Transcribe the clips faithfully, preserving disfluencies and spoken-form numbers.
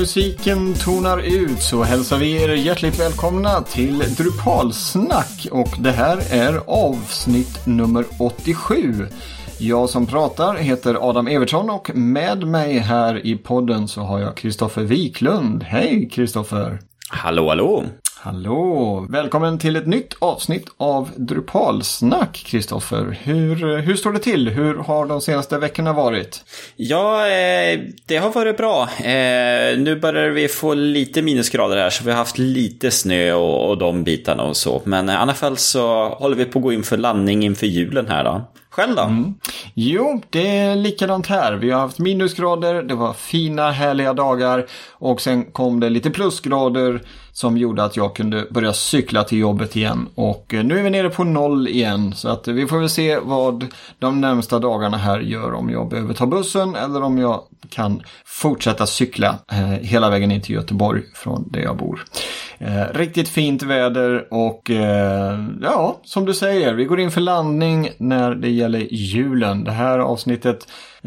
musiken tonar ut så hälsar vi er hjärtligt välkomna till Drupalsnack, och det här är avsnitt nummer åttiosju. Jag som pratar heter Adam Evertsson och med mig här i podden så har jag Kristoffer Wiklund. Hej Kristoffer! Hallå, hallå! Hallå! Välkommen till ett nytt avsnitt av Drupalsnack, Kristoffer. Hur, hur står det till? Hur har de senaste veckorna varit? Ja, eh, det har varit bra. Eh, nu börjar vi få lite minusgrader här, så vi har haft lite snö och, och de bitarna och så. Men i alla fall så håller vi på att gå in för landning inför julen här då. Själv då? Mm. Jo, det är likadant här. Vi har haft minusgrader, det var fina, härliga dagar och sen kom det lite plusgrader som gjorde att jag kunde börja cykla till jobbet igen. Och nu är vi nere på noll igen, så att vi får väl se vad de närmsta dagarna här gör, om jag behöver ta bussen eller om jag kan fortsätta cykla eh, hela vägen in till Göteborg från där jag bor. Eh, riktigt fint väder och eh, ja, som du säger, vi går in för landning när det gäller julen. Det här avsnittet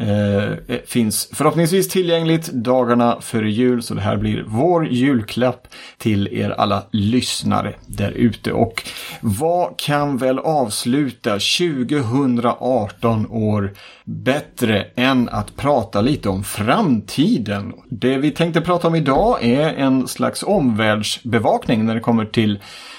eh, finns förhoppningsvis tillgängligt dagarna före jul, så det här blir vår julklapp till er alla lyssnare där ute. Och vad kan väl avsluta tjugohundraarton år bättre än att prata lite om framtiden? Det vi tänkte prata om idag är en slags omvärldsbevakning när det kommer till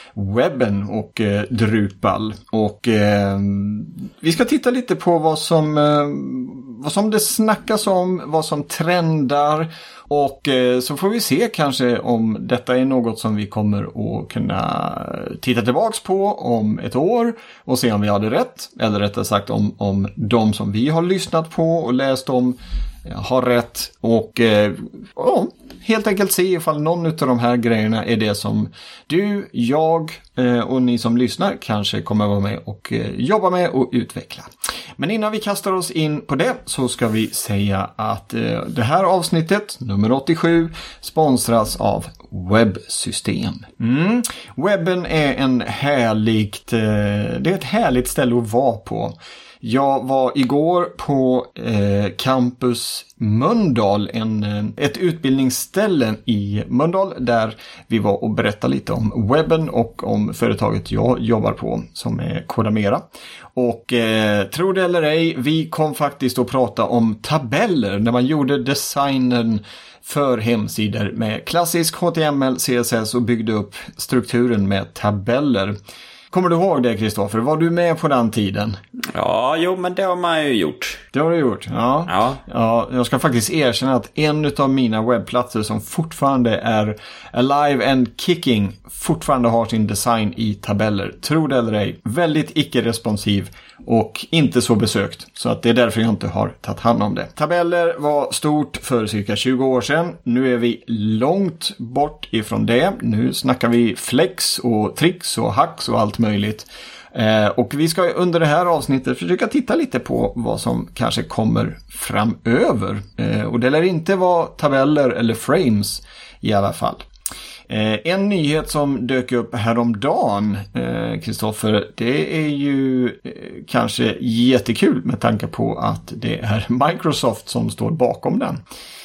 webben och eh, Drupal. Och eh, vi ska titta lite på vad som, eh, vad som det snackas om, vad som trendar. Och eh, så får vi se kanske om detta är något som vi kommer att kunna titta tillbaks på om ett år och se om vi hade rätt. Eller rättare sagt om, om de som vi har lyssnat på och läst om har rätt. Och eh, ja, helt enkelt se ifall någon av de här grejerna är det som du, jag eh, och ni som lyssnar kanske kommer vara med och eh, jobba med och utveckla. Men innan vi kastar oss in på det så ska vi säga att eh, det här avsnittet, nummer åttiosju, sponsras av Webbsystem. Mm. Webben är en härligt, eh, det är ett härligt ställe att vara på. Jag var igår på eh, Campus Mölndal, en, ett utbildningsställe i Mölndal där vi var och berättade lite om webben och om företaget jag jobbar på som är Kodamera. Och eh, tro det eller ej, vi kom faktiskt att prata om tabeller när man gjorde designen för hemsidor med klassisk H T M L, C S S och byggde upp strukturen med tabeller. Kommer du ihåg det, Kristoffer? Var du med på den tiden? Ja, jo, men det har man ju gjort. Det har du gjort, ja. Ja. Ja, jag ska faktiskt erkänna att en av mina webbplatser som fortfarande är alive and kicking fortfarande har sin design i tabeller. Tro det eller ej. Väldigt icke-responsiv och inte så besökt. Så att det är därför jag inte har tagit hand om det. Tabeller var stort för cirka tjugo år sedan. Nu är vi långt bort ifrån det. Nu snackar vi flex och tricks och hacks och allt möjligt. Eh, och vi ska under det här avsnittet försöka titta lite på vad som kanske kommer framöver. Eh, och det lär inte vara tabeller eller frames i alla fall. Eh, en nyhet som dök upp häromdagen, Kristoffer, eh, det är ju eh, kanske jättekul med tanke på att det är Microsoft som står bakom den.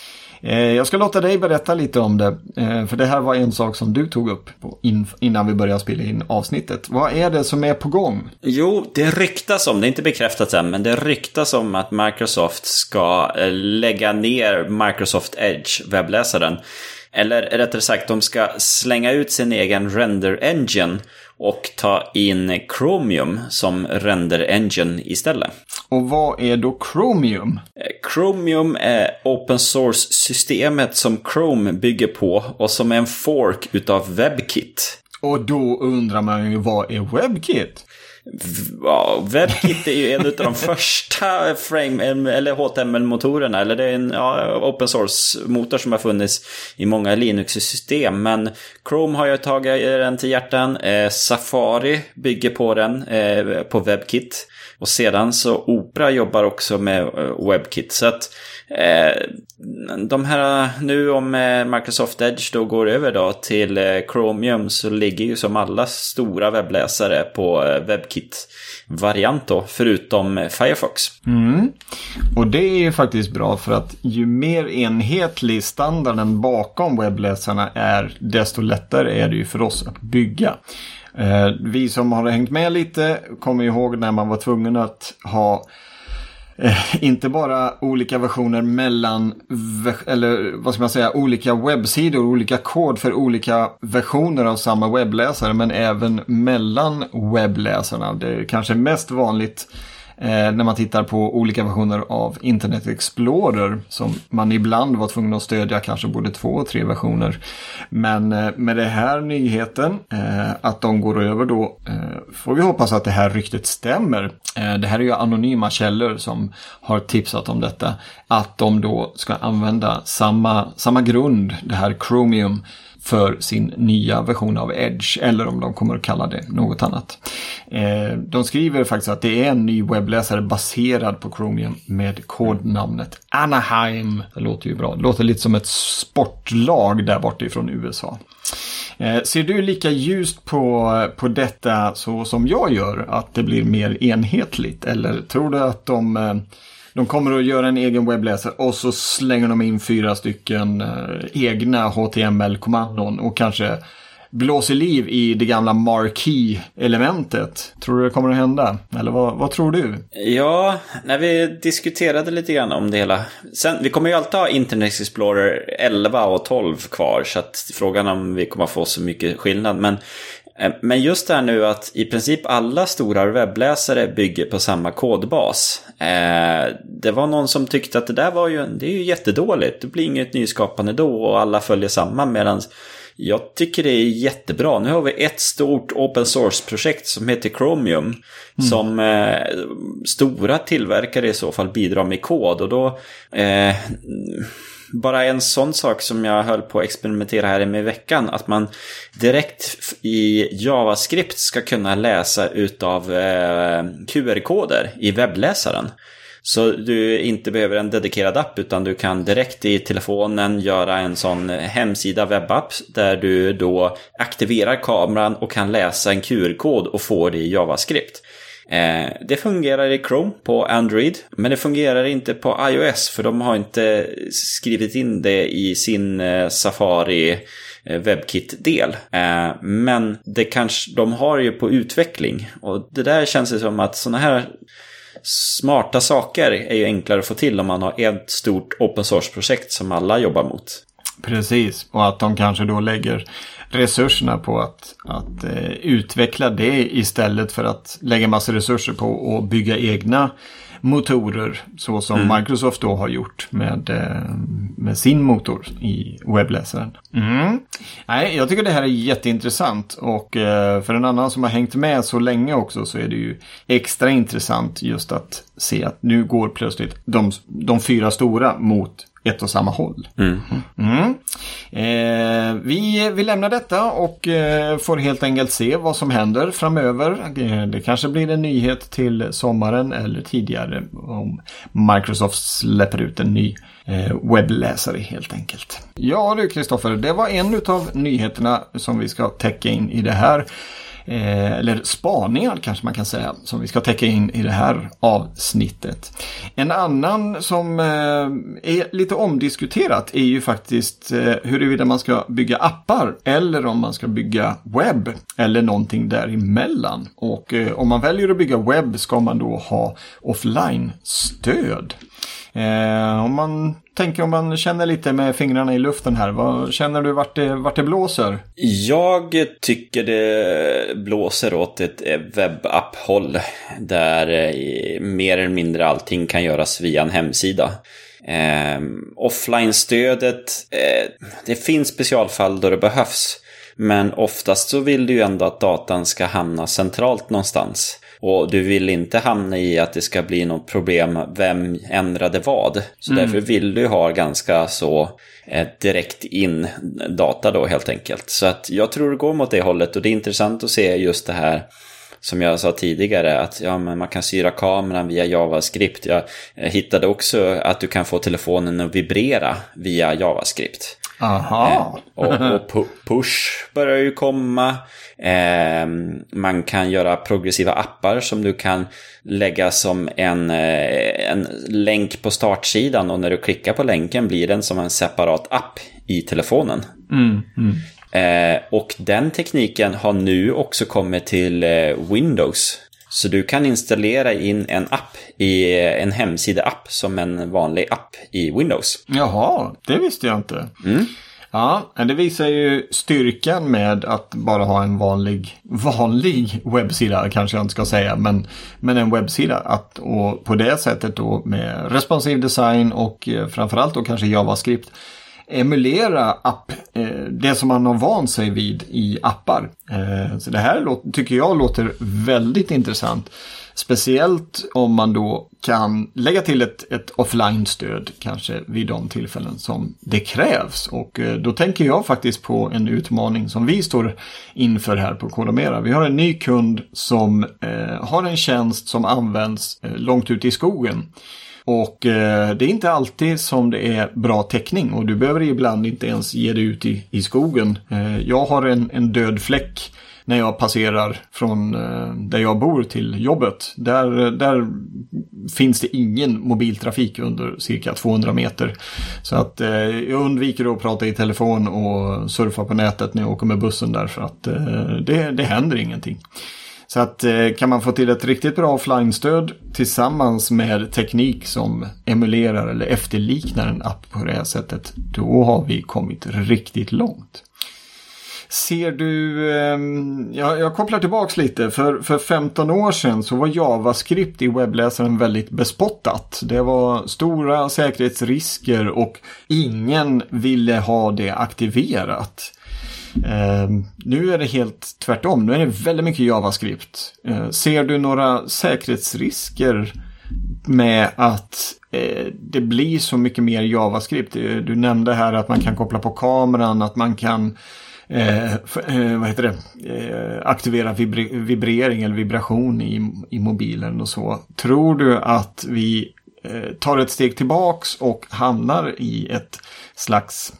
Eh, jag ska låta dig berätta lite om det, eh, för det här var en sak som du tog upp på in, innan vi började spela in avsnittet. Vad är det som är på gång? Jo, det ryktas om, det är inte bekräftat än, men det ryktas om att Microsoft ska eh, lägga ner Microsoft Edge, webbläsaren. Eller rättare sagt, de ska slänga ut sin egen render engine och ta in Chromium som render engine istället. Och vad är då Chromium? Chromium är open source-systemet som Chrome bygger på och som är en fork utav WebKit. Och då undrar man ju, vad är WebKit? Ja, WebKit är ju en av de första frame eller H T M L-motorerna, eller det är en ja, open source-motor som har funnits i många Linux-system, men Chrome har ju tagit den till hjärtan. eh, Safari bygger på den, eh, på WebKit. Och sedan så Opera jobbar också med WebKit. Så att eh, de här nu om Microsoft Edge då går över då till Chromium, så ligger ju som alla stora webbläsare på WebKit-variant då, förutom Firefox. Mm. Och det är ju faktiskt bra, för att ju mer enhetlig standarden bakom webbläsarna är, desto lättare är det ju för oss att bygga. Eh, vi som har hängt med lite kommer ihåg när man var tvungen att ha eh, inte bara olika versioner mellan, eller vad ska man säga, olika webbsidor, olika kod för olika versioner av samma webbläsare, men även mellan webbläsarna. Det är kanske mest vanligt Eh, när man tittar på olika versioner av Internet Explorer, som man ibland var tvungen att stödja kanske både två och tre versioner. Men eh, med det här nyheten, eh, att de går över då, eh, får vi hoppas att det här ryktet stämmer. Eh, det här är ju anonyma källor som har tipsat om detta, att de då ska använda samma, samma grund, det här Chromium, för sin nya version av Edge, eller om de kommer att kalla det något annat. Eh, de skriver faktiskt att det är en ny webbläsare baserad på Chromium med kodnamnet Anaheim. Det låter ju bra. Det låter lite som ett sportlag där borta ifrån U S A. Eh, ser du lika ljust på, på detta så som jag gör, att det blir mer enhetligt? Eller tror du att de... Eh, De kommer att göra en egen webbläsare och så slänger de in fyra stycken eh, egna H T M L-kommandon och kanske blåser liv i det gamla marquee-elementet. Tror du det kommer att hända? Eller vad, vad tror du? Ja, när vi diskuterade lite grann om det hela. Sen, vi kommer ju alltid ha Internet Explorer elva och tolv kvar, så att frågan om vi kommer att få så mycket skillnad. Men Men just det här nu att i princip alla stora webbläsare bygger på samma kodbas. Eh, det var någon som tyckte att det där var ju, det är ju jättedåligt. Det blir inget nyskapande då och alla följer samman, medan jag tycker det är jättebra. Nu har vi ett stort open source-projekt som heter Chromium, mm. som eh, stora tillverkare i så fall bidrar med kod. Och då... Eh, Bara en sån sak som jag höll på att experimentera här med i veckan, att man direkt i JavaScript ska kunna läsa utav eh, Q R-koder i webbläsaren. Så du inte behöver en dedikerad app, utan du kan direkt i telefonen göra en sån hemsida webbapp där du då aktiverar kameran och kan läsa en Q R-kod och få det i JavaScript. Eh, det fungerar i Chrome på Android, men det fungerar inte på iOS, för de har inte skrivit in det i sin eh, Safari eh, WebKit-del. Eh, men det kanske de har ju på utveckling, och det där känns det som att såna här smarta saker är ju enklare att få till om man har ett stort open source-projekt som alla jobbar mot. Precis, och att de kanske då lägger resurserna på att, att eh, utveckla det istället för att lägga massa resurser på att bygga egna motorer, så som mm. Microsoft då har gjort med, eh, med sin motor i webbläsaren. Mm. Nej, jag tycker det här är jätteintressant, och eh, för en annan som har hängt med så länge också, så är det ju extra intressant just att se att nu går plötsligt de, de fyra stora mot ett och samma håll. Mm. Mm. Eh, vi, vi lämnar detta och eh, får helt enkelt se vad som händer framöver. Eh, det kanske blir en nyhet till sommaren eller tidigare om Microsoft släpper ut en ny eh, webbläsare helt enkelt. Ja du Kristoffer, det var en av nyheterna som vi ska täcka in i det här. Eh, eller spaningar kanske man kan säga, som vi ska täcka in i det här avsnittet. En annan som eh, är lite omdiskuterat är ju faktiskt eh, huruvida man ska bygga appar eller om man ska bygga webb eller någonting däremellan. Och eh, om man väljer att bygga webb ska man då ha offline-stöd. Eh, om man tänker, om man känner lite med fingrarna i luften här, vad känner du vart det, vart det blåser? Jag tycker det blåser åt ett webbapp-håll där eh, mer eller mindre allting kan göras via en hemsida. Eh, offline-stödet, eh, det finns specialfall då det behövs, men oftast så vill du ju ändå att datan ska hamna centralt någonstans. Och du vill inte hamna i att det ska bli något problem, vem ändrade vad. Så mm. därför vill du ha ganska så eh, direkt in data då helt enkelt. Så att jag tror det går mot det hållet, och det är intressant att se just det här som jag sa tidigare, att ja, men man kan styra kameran via JavaScript. Jag hittade också att du kan få telefonen att vibrera via JavaScript. Aha. Eh, och, och push börjar ju komma. Eh, man kan göra progressiva appar som du kan lägga som en, en länk på startsidan, och när du klickar på länken blir den som en separat app i telefonen. Mm, mm. Eh, och den tekniken har nu också kommit till eh, Windows. Så du kan installera in en app i en hemsida-app som en vanlig app i Windows. Jaha, det visste jag inte. Mm. Ja, men det visar ju styrkan med att bara ha en vanlig vanlig webbsida, kanske jag inte ska säga, men, men en webbsida. Att, och på det sättet då med responsiv design och framförallt då kanske JavaScript emulera app, eh, det som man har vant sig vid i appar. Eh, så det här låter, tycker jag låter väldigt intressant. Speciellt om man då kan lägga till ett, ett offline-stöd kanske vid de tillfällen som det krävs. Och eh, då tänker jag faktiskt på en utmaning som vi står inför här på Kodamera. Vi har en ny kund som eh, har en tjänst som används eh, långt ut i skogen. Och eh, det är inte alltid som det är bra täckning, och du behöver ibland inte ens ge dig ut i, i skogen. Eh, jag har en, en död fläck när jag passerar från eh, där jag bor till jobbet. Där, där finns det ingen mobiltrafik under cirka tvåhundra meter. Så att eh, jag undviker att prata i telefon och surfa på nätet när jag åker med bussen där, för att eh, det, det händer ingenting. Så att kan man få till ett riktigt bra offline-stöd tillsammans med teknik som emulerar eller efterliknar en app på det här sättet, då har vi kommit riktigt långt. Ser du, ja, jag kopplar tillbaks lite, för, för femton år sedan så var JavaScript i webbläsaren väldigt bespottat. Det var stora säkerhetsrisker och ingen ville ha det aktiverat. Uh, nu är det helt tvärtom. Nu är det väldigt mycket JavaScript. Uh, ser du några säkerhetsrisker med att uh, det blir så mycket mer JavaScript? Du, du nämnde här att man kan koppla på kameran, att man kan uh, f- uh, vad heter det? Uh, aktivera vibri- vibrering eller vibration i, i mobilen och så. Tror du att vi uh, tar ett steg tillbaks och hamnar i ett slags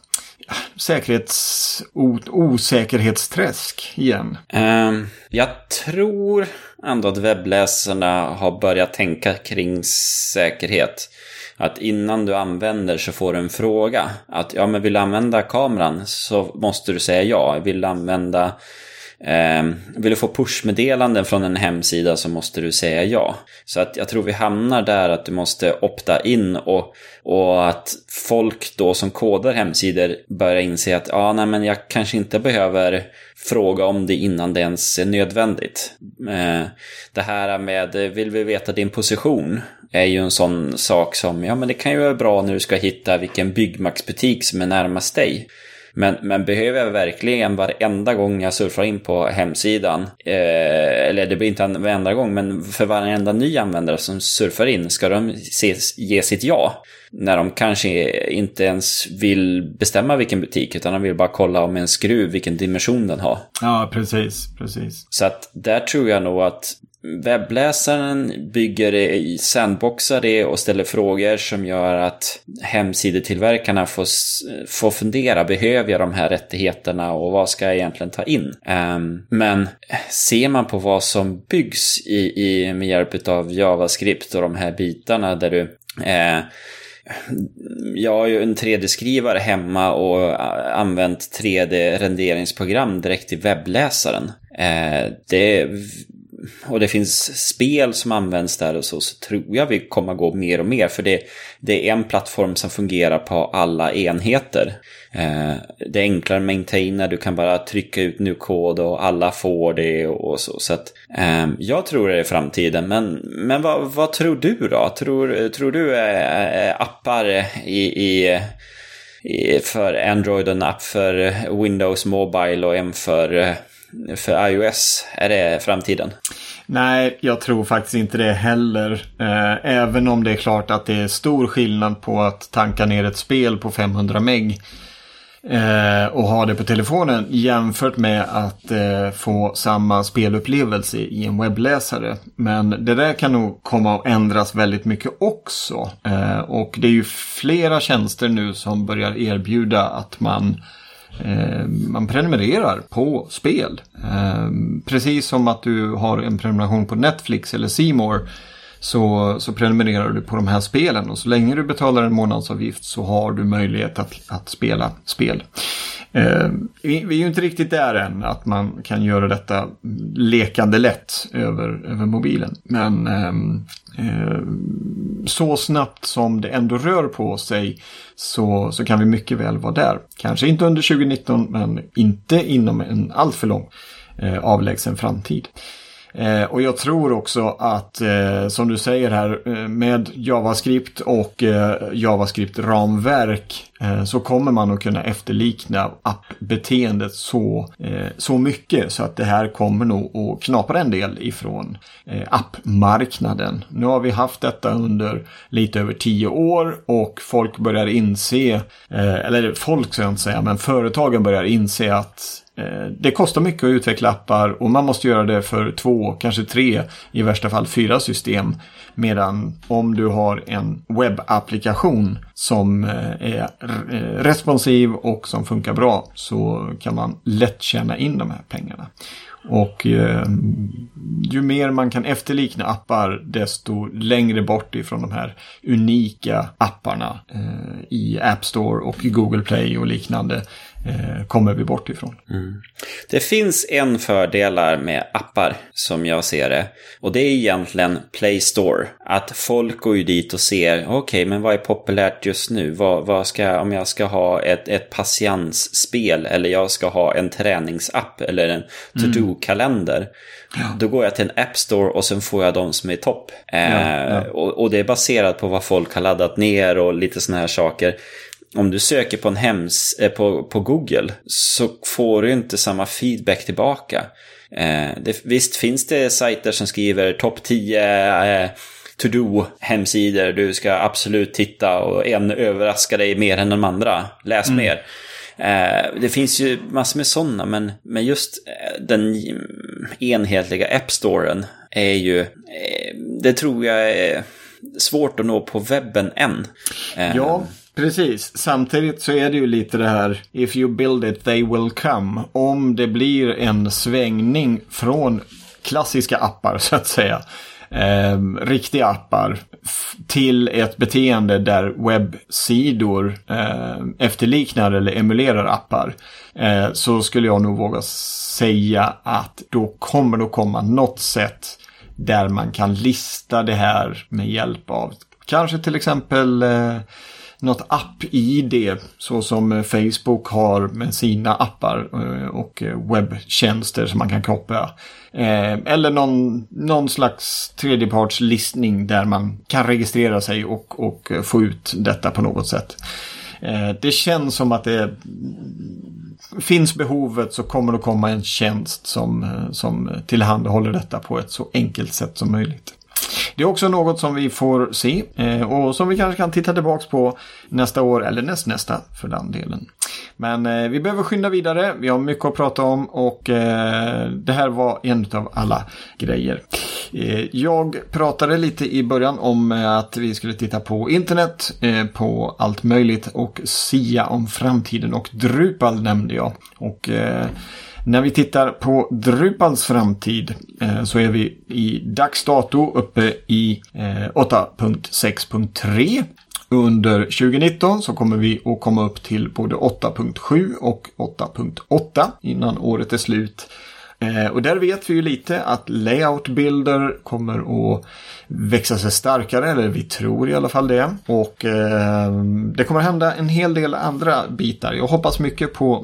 säkerhets osäkerhetsträsk igen? Um, jag tror ändå att webbläsarna har börjat tänka kring säkerhet. Att innan du använder så får du en fråga. Att ja, men vill du använda kameran så måste du säga ja. Vill du använda Eh, vill du få pushmeddelanden från en hemsida så måste du säga ja. Så att jag tror vi hamnar där att du måste opta in, och, och att folk då som kodar hemsidor börjar inse att ja, nej, men jag kanske inte behöver fråga om det innan det ens är nödvändigt. Eh, det här med vill vi veta din position är ju en sån sak som ja, men det kan ju vara bra när du ska hitta vilken Byggmaxbutik som är närmast dig. Men, men behöver jag verkligen varenda gång jag surfar in på hemsidan, eh, eller det blir inte en varenda gång, men för varenda ny användare som surfar in ska de se, ge sitt ja, när de kanske inte ens vill bestämma vilken butik, utan de vill bara kolla om en skruv vilken dimension den har. Ja, precis, precis. Så att där tror jag nog att webbläsaren bygger det i sandboxar det och ställer frågor som gör att hemsidetillverkarna får, får fundera, behöver jag de här rättigheterna och vad ska jag egentligen ta in? Um, men ser man på vad som byggs i, i, med hjälp av JavaScript och de här bitarna där du eh, jag har ju en tre D-skrivare hemma och använt tre D-renderingsprogram direkt i webbläsaren. Eh, det är och det finns spel som används där och så, så tror jag vi kommer gå mer och mer, för det, det är en plattform som fungerar på alla enheter. Eh, det är enklare att maintaina, du kan bara trycka ut ny kod och alla får det och så. Så att, eh, jag tror det är framtiden, men, men vad, vad tror du då? Tror, tror du eh, appar i, i, i för Android, en app för Windows Mobile och en för för iOS, är det framtiden? Nej, jag tror faktiskt inte det heller. Eh, även om det är klart att det är stor skillnad på att tanka ner ett spel på femhundra meg eh, och ha det på telefonen jämfört med att eh, få samma spelupplevelse i en webbläsare. Men det där kan nog komma att ändras väldigt mycket också. Eh, och det är ju flera tjänster nu som börjar erbjuda att man Eh, man prenumererar på spel. Eh, precis som att du har en prenumeration på Netflix eller C More, så, så prenumererar du på de här spelen. Och så länge du betalar en månadsavgift så har du möjlighet att, att spela spel. Eh, vi, vi är ju inte riktigt där än att man kan göra detta lekande lätt över, över mobilen. Men eh, eh, så snabbt som det ändå rör på sig så, så kan vi mycket väl vara där. Kanske inte under tjugo nitton, men inte inom en alltför lång eh, avlägsen framtid. Eh, och jag tror också att, eh, som du säger här, eh, med JavaScript och eh, JavaScript-ramverk eh, så kommer man att kunna efterlikna appbeteendet så, eh, så mycket så att det här kommer nog att knapa en del ifrån eh, appmarknaden. Nu har vi haft detta under lite över tio år och folk börjar inse, eh, eller folk ska jag inte säga, men företagen börjar inse att det kostar mycket att utveckla appar och man måste göra det för två, kanske tre, i värsta fall fyra system. Medan om du har en webbapplikation som är responsiv och som funkar bra så kan man lätt tjäna in de här pengarna. Och eh, ju mer man kan efterlikna appar desto längre bort ifrån de här unika apparna eh, i App Store och i Google Play och liknande eh, kommer vi bort ifrån. Mm. Det finns en fördelar med appar som jag ser det, och det är egentligen Play Store. Att folk går ju dit och ser, okej, okay, men vad är populärt just nu? Vad, vad ska, om jag ska ha ett, ett patiensspel eller jag ska ha en träningsapp eller en to-do-kalender. Ja. Då går jag till en App Store och sen får jag de som är topp. Eh, ja, ja. Och, och det är baserat på vad folk har laddat ner och lite såna här saker. Om du söker på en hems eh, på, på Google så får du inte samma feedback tillbaka. Eh, det, visst finns det sajter som skriver topp tio eh, to-do-hemsidor. Du ska absolut titta och en överraskar dig mer än de andra. Läs mm. mer. Eh, det finns ju massor med sådana, men, men just eh, den enhetliga App-storen är ju, eh, det tror jag är svårt att nå på webben än. Eh, ja, precis. Samtidigt så är det ju lite det här, if you build it they will come. Om det blir en svängning från klassiska appar så att säga, Eh, riktiga appar f- till ett beteende där webbsidor eh, efterliknar eller emulerar appar, eh, så skulle jag nog våga säga att då kommer det att komma något sätt där man kan lista det här med hjälp av kanske till exempel eh, något app-I D, så som Facebook har med sina appar och webbtjänster som man kan koppla. Eller någon, någon slags tredjepartslistning där man kan registrera sig och, och få ut detta på något sätt. Det känns som att det finns behovet, så kommer det att komma en tjänst som, som tillhandahåller detta på ett så enkelt sätt som möjligt. Det är också något som vi får se eh, och som vi kanske kan titta tillbaka på nästa år eller nästnästa för den delen. Men eh, vi behöver skynda vidare. Vi har mycket att prata om och eh, det här var en av alla grejer. Eh, jag pratade lite i början om eh, att vi skulle titta på internet, eh, på allt möjligt och sia om framtiden, och Drupal nämnde jag. Och eh, när vi tittar på Drupals framtid eh, så är vi i dagsdato uppe i eh, åtta punkt sex punkt tre. Under tjugo nitton så kommer vi att komma upp till både åtta punkt sju och åtta punkt åtta innan året är slut. Eh, och där vet vi ju lite att layoutbilder kommer att växa sig starkare, eller vi tror i alla fall det. Och eh, det kommer hända en hel del andra bitar. Jag hoppas mycket på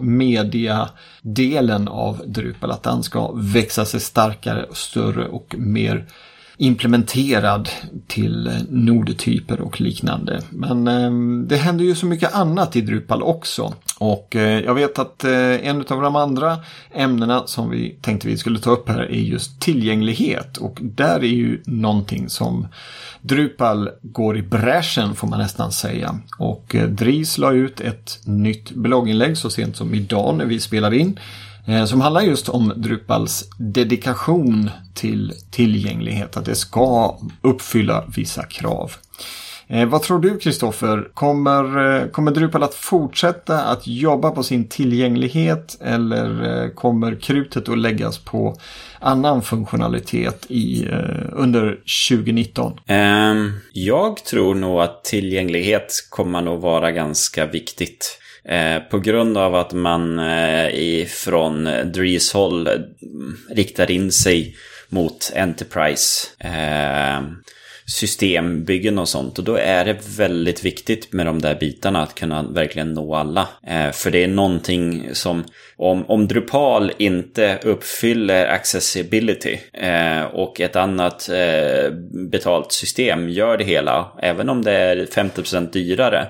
media-delen av Drupal, att den ska växa sig starkare och större och mer implementerad till nodtyper och liknande. Men eh, det händer ju så mycket annat i Drupal också. Och eh, jag vet att eh, en av de andra ämnena som vi tänkte vi skulle ta upp här är just tillgänglighet. Och där är ju någonting som Drupal går i bräschen får man nästan säga. Och eh, Dries la ut ett nytt blogginlägg så sent som idag när vi spelar in. Eh, som handlar just om Drupals dedikation till tillgänglighet. Att det ska uppfylla vissa krav. Eh, vad tror du, Kristoffer? Kommer, eh, kommer Drupal att fortsätta att jobba på sin tillgänglighet eller eh, kommer krutet att läggas på annan funktionalitet i, eh, under tjugonitton? Um, jag tror nog att tillgänglighet kommer nog vara ganska viktigt. Eh, på grund av att man eh, ifrån Dries håll riktar in sig mot Enterprise eh, systembyggen och sånt. Och då är det väldigt viktigt med de där bitarna att kunna verkligen nå alla. Eh, för det är någonting som om, om Drupal inte uppfyller accessibility eh, och ett annat eh, betalt system gör det hela, även om det är femtio procent dyrare,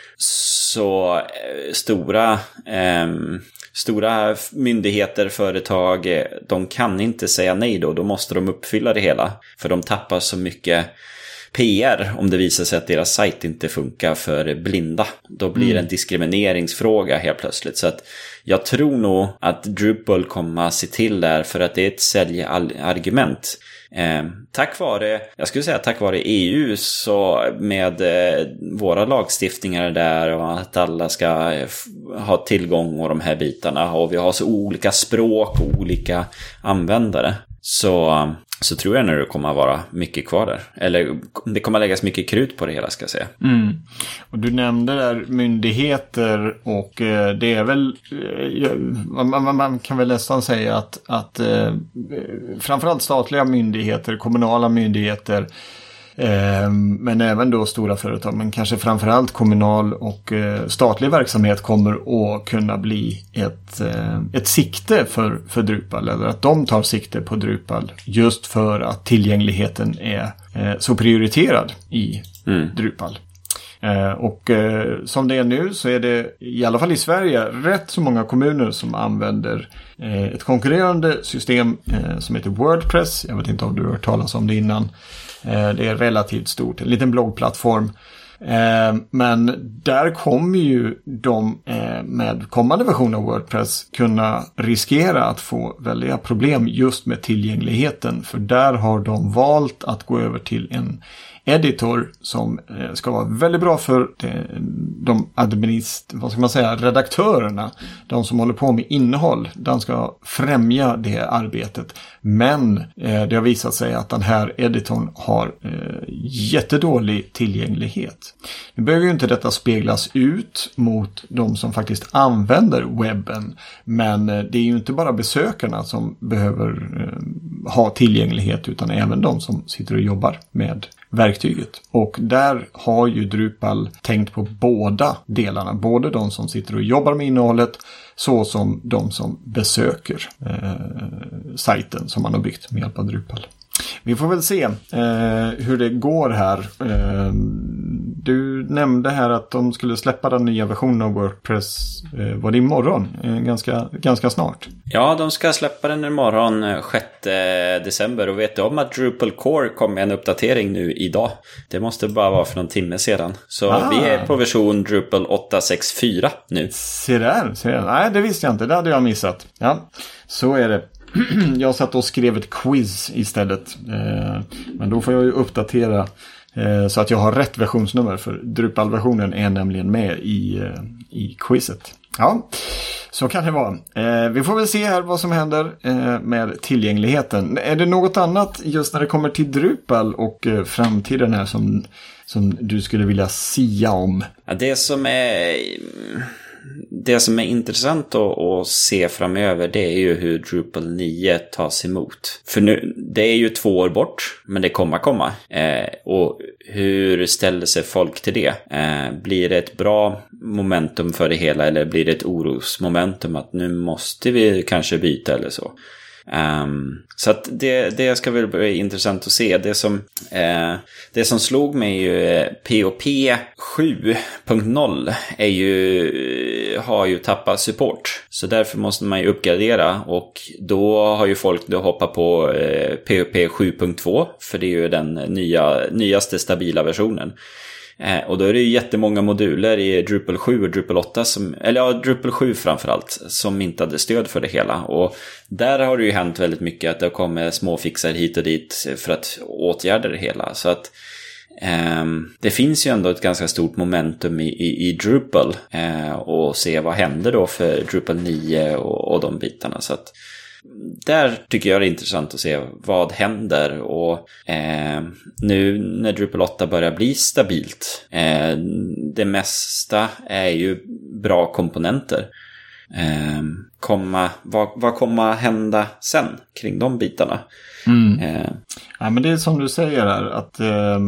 så eh, stora eh, stora myndigheter, företag, de kan inte säga nej då. Då måste de uppfylla det hela. För de tappar så mycket P R om det visar sig att deras sajt inte funkar för blinda. Då blir det en diskrimineringsfråga helt plötsligt. Så att jag tror nog att Drupal kommer att se till där för att det är ett säljargument. Eh, tack vare, jag skulle säga tack vare E U så med eh, våra lagstiftningar där och att alla ska f- ha tillgång och de här bitarna och vi har så olika språk och olika användare så, så tror jag när det kommer att vara mycket kvar där. Eller det kommer att läggas mycket krut på det hela ska jag säga. Mm. Och du nämnde där myndigheter och eh, det är väl eh, man, man kan väl nästan säga att, att eh, framförallt statliga myndigheter, kommunala myndigheter eh, men även då stora företag, men kanske framförallt kommunal och eh, statlig verksamhet kommer att kunna bli ett, eh, ett sikte för, för Drupal, eller att de tar sikte på Drupal just för att tillgängligheten är eh, så prioriterad i mm. Drupal. Eh, och eh, som det är nu så är det i alla fall i Sverige rätt så många kommuner som använder eh, ett konkurrerande system eh, som heter WordPress. Jag vet inte om du har hört talas om det innan. Eh, det är relativt stort, en liten bloggplattform. Eh, men där kommer ju de eh, med kommande version av WordPress kunna riskera att få väldiga problem just med tillgängligheten. För där har de valt att gå över till en editor som eh, ska vara väldigt bra för de, de administ, vad ska man säga, redaktörerna, de som håller på med innehåll. Den ska främja det arbetet. Men eh, det har visat sig att den här editorn har eh, jättedålig tillgänglighet. Nu behöver ju inte detta speglas ut mot de som faktiskt använder webben. Men eh, det är ju inte bara besökarna som behöver eh, ha tillgänglighet utan även de som sitter och jobbar med verktyget. Och där har ju Drupal tänkt på båda delarna. Både de som sitter och jobbar med innehållet så som de som besöker eh, sajten som man har byggt med hjälp av Drupal. Vi får väl se eh, hur det går här. Eh, du nämnde här att de skulle släppa den nya versionen av WordPress. Eh, var det imorgon? Eh, ganska, ganska snart. Ja, de ska släppa den imorgon sjätte december. Och vet du om att Drupal Core kom med en uppdatering nu idag? Det måste bara vara för någon timme sedan. Så ah. vi är på version Drupal åtta sex fyra nu. Se där, se där. Nej, det visste jag inte. Det hade jag missat. Ja, så är det. Jag satt och skrev ett quiz istället. Eh, men då får jag ju uppdatera eh, så att jag har rätt versionsnummer. För Drupal-versionen är nämligen med i, eh, i quizet. Ja, så kan det vara. Eh, vi får väl se här vad som händer eh, med tillgängligheten. Är det något annat just när det kommer till Drupal och eh, framtiden här som, som du skulle vilja sia om? Ja, det som är... Det som är intressant att, att se framöver, det är ju hur Drupal nio tas emot. För nu, det är ju två år bort, men det kommer komma. Eh, och hur ställer sig folk till det? Eh, blir det ett bra momentum för det hela eller blir det ett orosmomentum att nu måste vi kanske byta eller så? Um, så att det, det ska väl bli intressant att se. Det som, eh, det som slog mig ju eh, P O P sju punkt noll är ju, har ju tappat support. Så därför måste man ju uppgradera, och då har ju folk då hoppat på eh, P O P sju punkt två, för det är ju den nya, nyaste stabila versionen. Eh, och då är det ju jättemånga moduler i Drupal sju och Drupal åtta som, eller ja, Drupal sju framförallt, som inte hade stöd för det hela. Och där har det ju hänt väldigt mycket, att det kommer små fixar hit och dit för att åtgärda det hela. Så att eh, det finns ju ändå ett ganska stort momentum i, i, i Drupal, eh, och se vad händer då för Drupal nio och, och de bitarna. Så att där tycker jag det är intressant att se vad händer. Och eh, nu när Drupal åtta börjar bli stabilt, eh, det mesta är ju bra komponenter. Eh, komma, vad, vad kommer hända sen kring de bitarna? Mm. Eh. Ja, men det är som du säger här, att eh,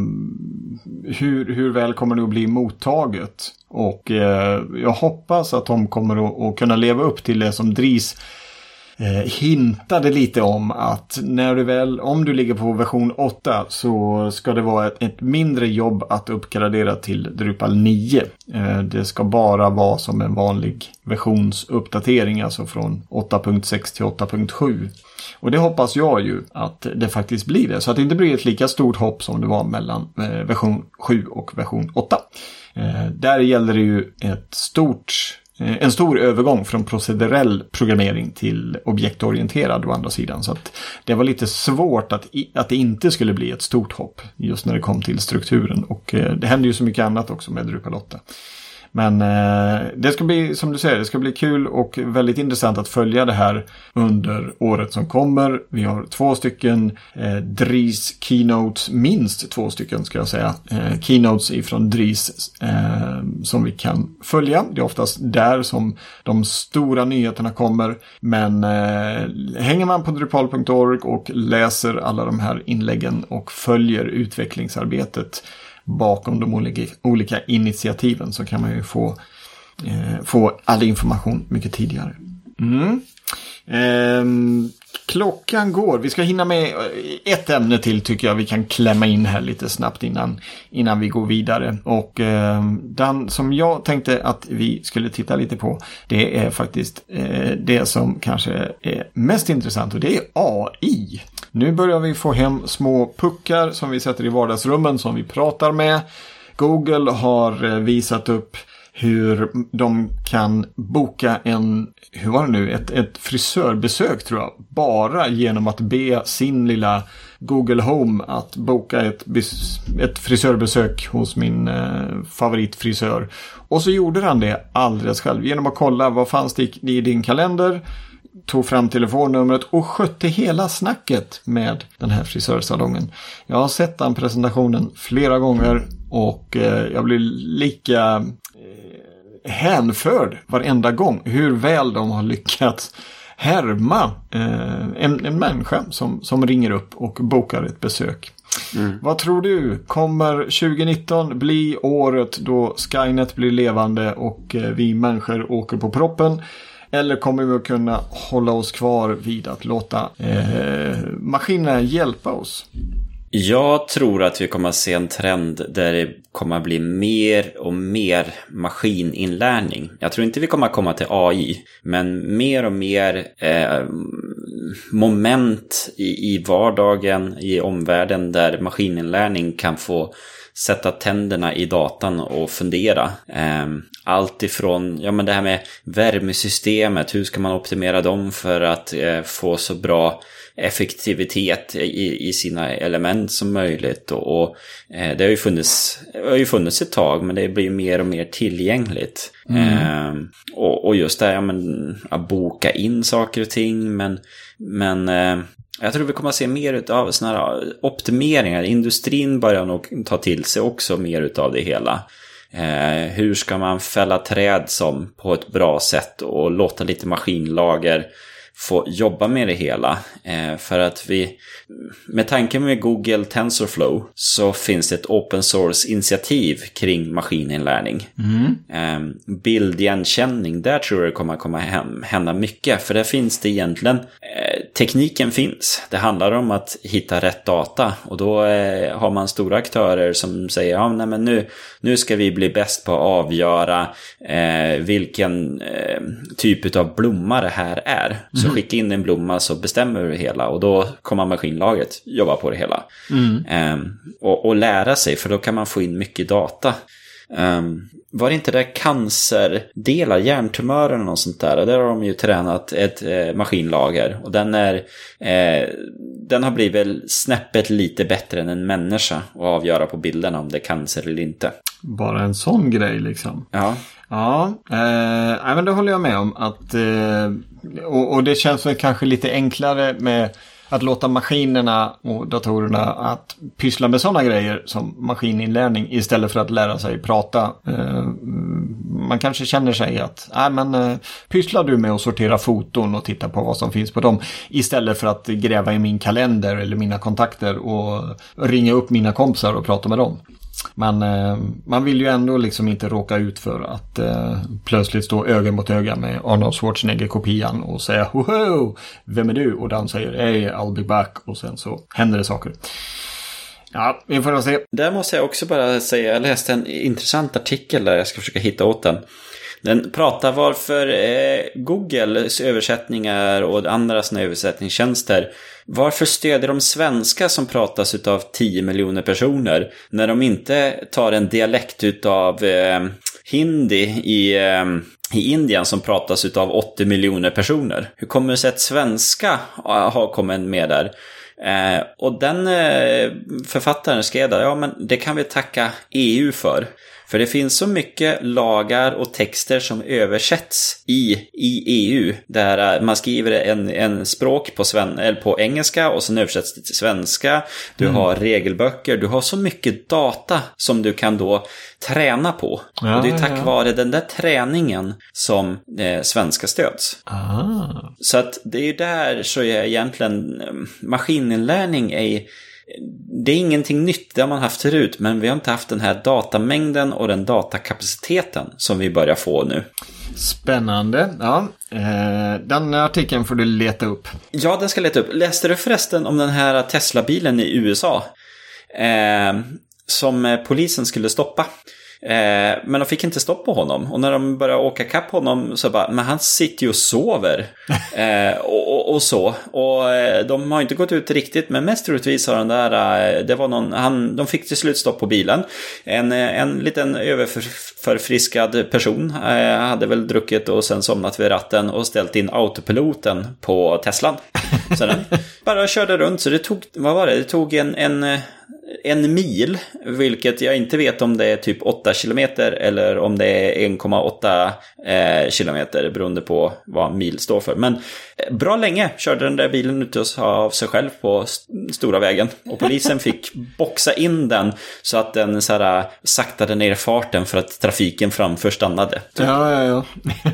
hur, hur väl kommer det att bli mottaget? Och eh, jag hoppas att de kommer att, att kunna leva upp till det som Dries Eh, hintade lite om, att när du väl, om du ligger på version åtta, så ska det vara ett, ett mindre jobb att uppgradera till Drupal nio. Eh, det ska bara vara som en vanlig versionsuppdatering, alltså från åtta punkt sex till åtta punkt sju. Och det hoppas jag ju att det faktiskt blir det, så att det inte blir ett lika stort hopp som det var mellan eh, version sju och version åtta. Eh, där gäller det ju ett stort En stor övergång från procedurell programmering till objektorienterad å andra sidan. Så att det var lite svårt att, att det inte skulle bli ett stort hopp just när det kom till strukturen. Och eh, det hände ju så mycket annat också med Drupal åtta. Men eh, det ska bli, som du säger, det ska bli kul och väldigt intressant att följa det här under året som kommer. Vi har två stycken eh, Dries keynotes, minst två stycken ska jag säga, eh, keynotes ifrån Dries eh, som vi kan följa. Det är oftast där som de stora nyheterna kommer. Men eh, hänger man på drupal punkt org och läser alla de här inläggen och följer utvecklingsarbetet bakom de olika, olika initiativen, så kan man ju få, eh, få all information mycket tidigare. Mm. Eh, klockan går. Vi ska hinna med ett ämne till, tycker jag vi kan klämma in här lite snabbt innan, innan vi går vidare. Och eh, den som jag tänkte att vi skulle titta lite på, det är faktiskt eh, det som kanske är mest intressant, och det är A I. Nu börjar vi få hem små puckar som vi sätter i vardagsrummen som vi pratar med. Google har visat upp hur de kan boka en, hur var det nu, ett, ett frisörbesök tror jag, bara genom att be sin lilla Google Home att boka ett, ett frisörbesök hos min eh, favoritfrisör. Och så gjorde han det alldeles själv genom att kolla vad fanns det i din kalender, tog fram telefonnumret och skötte hela snacket med den här frisörsalongen. Jag har sett den presentationen flera gånger och eh, jag blir lika eh, hänförd varenda gång hur väl de har lyckats härma eh, en, en människa som, som ringer upp och bokar ett besök. Mm. Vad tror du? Kommer tjugonitton bli året då Skynet blir levande och eh, vi människor åker på proppen? Eller kommer vi att kunna hålla oss kvar vid att låta eh, maskinerna hjälpa oss? Jag tror att vi kommer att se en trend där det kommer att bli mer och mer maskininlärning. Jag tror inte vi kommer att komma till A I, men mer och mer eh, moment i, i vardagen, i omvärlden, där maskininlärning kan få sätta tänderna i datan och fundera. Allt ifrån ja, men det här med värmesystemet, hur ska man optimera dem för att eh, få så bra effektivitet i, i sina element som möjligt. Och, och eh, det har ju funnits, har ju funnits ett tag, men det blir mer och mer tillgängligt. Mm. Eh, och, och just det här, ja, men, att boka in saker och ting, men, men eh, jag tror vi kommer att se mer av såna här optimeringar. Industrin börjar nog ta till sig också mer av det hela. Eh, hur ska man fälla träd som på ett bra sätt och låta lite maskinlager få jobba med det hela. Eh, för att vi, med tanke med Google TensorFlow, så finns det ett open source-initiativ kring maskininlärning. Mm. Eh, bildigenkänning, där tror jag det kommer komma hem, hända mycket. För där finns det egentligen, eh, tekniken finns. Det handlar om att hitta rätt data. Och då eh, har man stora aktörer som säger, ja nej men nu, nu ska vi bli bäst på att avgöra eh, vilken eh, typ av blomma det här är. Mm. Så skicka in en blomma så bestämmer du det hela. Och då kommer maskinlaget jobba på det hela. Mm. Eh, och, och lära sig, för då kan man få in mycket data. Um, var det inte där cancerdelar, hjärntumörer och något sånt där? Och där har de ju tränat ett eh, maskinlager. Och den är eh, den har blivit väl snäppet lite bättre än en människa att avgöra på bilderna om det är cancer eller inte. Bara en sån grej liksom. Ja. Ja, eh, men det håller jag med om. Att, eh, och, och det känns väl kanske lite enklare med att låta maskinerna och datorerna att pyssla med sådana grejer som maskininlärning istället för att lära sig prata. Eh, man kanske känner sig att nej, men, eh, pysslar du med att sortera foton och titta på vad som finns på dem istället för att gräva i min kalender eller mina kontakter och ringa upp mina kompisar och prata med dem. Men eh, man vill ju ändå liksom inte råka ut för att eh, plötsligt stå öga mot öga med Arnold Schwarzenegger-kopian och säga "Woho, vem är du?" och den säger "Hey, I'll be back" och sen så händer det saker. Ja, vi får se. Där måste jag också bara säga, jag läste en intressant artikel där, jag ska försöka hitta åt den. Den pratar varför eh, Googles översättningar och andra såna översättningstjänster, varför stödjer de svenska som pratas utav tio miljoner personer när de inte tar en dialekt utav eh, hindi i, eh, i Indien som pratas utav åttio miljoner personer? Hur kommer det sig att svenska har kommit med där? Eh, och den eh, författaren skrev där, ja men det kan vi tacka E U för. För det finns så mycket lagar och texter som översätts i, i E U. Där man skriver en, en språk på, sven, eller på engelska och sen översätts det till svenska. Du mm. har regelböcker. Du har så mycket data som du kan då träna på. Ja, och det är tack ja. vare den där träningen som eh, svenska stöds. Aha. Så att det är ju där så är egentligen maskininlärning är... Det är ingenting nytt, det har man haft förut, men vi har inte haft den här datamängden och den datakapaciteten som vi börjar få nu. Spännande, ja. Eh, den artikeln får du leta upp. Ja, den ska leta upp. Läste du förresten om den här Tesla-bilen i U S A? Eh, som polisen skulle stoppa. Eh, men de fick inte stopp på honom. Och när de började åka kapp honom så bara, men han sitter ju och sover. eh, och, och, och så. Och eh, de har inte gått ut riktigt, men mest troligtvis har den där, eh, det var någon, han, de fick till slut stopp på bilen. En, en liten överförfriskad person eh, hade väl druckit och sen somnat vid ratten och ställt in autopiloten på Teslan. Så den bara körde runt, så det tog, vad var det? Det tog en, en en mil, vilket jag inte vet om det är typ åtta kilometer eller om det är en komma åtta eh, kilometer beroende på vad mil står för. Men eh, bra länge körde den där bilen ut av sig själv på st- stora vägen. Och polisen fick boxa in den så att den så här, saktade ner farten för att trafiken framför stannade. Typ. Ja, ja, ja.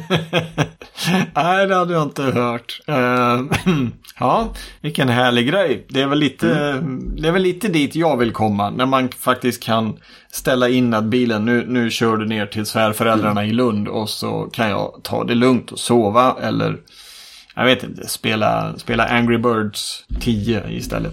Nej, det hade jag inte hört. Uh, ja, vilken härlig grej. Det är väl lite, mm. det är väl lite dit jag vill komma. När man faktiskt kan ställa in att bilen, nu, nu kör du ner till svärföräldrarna mm. i Lund och så kan jag ta det lugnt och sova. Eller, jag vet inte, spela, spela Angry Birds tio istället.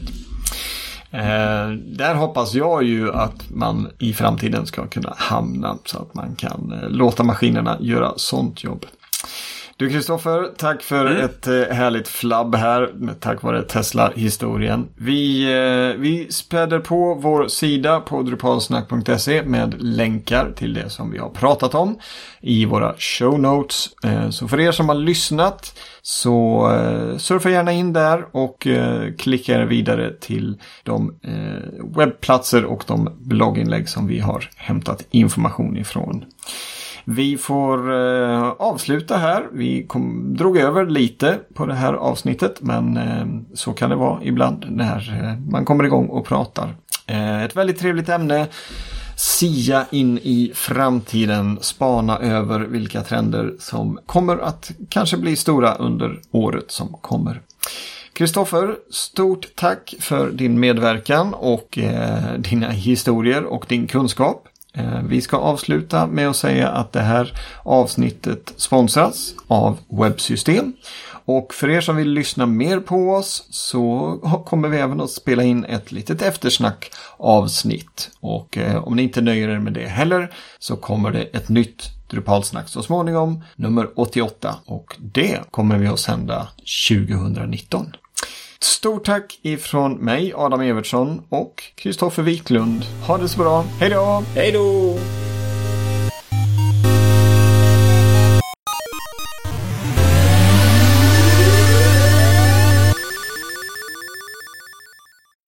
Eh, där hoppas jag ju att man i framtiden ska kunna hamna så att man kan eh, låta maskinerna göra sånt jobb. Du Kristoffer, tack för mm. ett eh, härligt flabb här med tack vare Tesla-historien. Vi, eh, vi späder på vår sida på drupalsnack punkt se med länkar till det som vi har pratat om i våra show notes. Eh, så för er som har lyssnat så eh, surfa gärna in där och eh, klicka er vidare till de eh, webbplatser och de blogginlägg som vi har hämtat information ifrån. Vi får eh, avsluta här. Vi kom, drog över lite på det här avsnittet, men eh, så kan det vara ibland när eh, man kommer igång och pratar. Eh, ett väldigt trevligt ämne. sia in i framtiden, spana över vilka trender som kommer att kanske bli stora under året som kommer. Kristoffer, stort tack för din medverkan och eh, dina historier och din kunskap. Eh, vi ska avsluta med att säga att det här avsnittet sponsras av Webbsystem. Och för er som vill lyssna mer på oss så kommer vi även att spela in ett litet eftersnack avsnitt. Och eh, om ni inte nöjer er med det heller så kommer det ett nytt Drupalsnack så småningom, nummer åttioåtta. Och det kommer vi att sända tjugonitton. Stort tack ifrån mig, Adam Evertsson och Kristoffer Wiklund. Ha det så bra. Hej då! Hej då!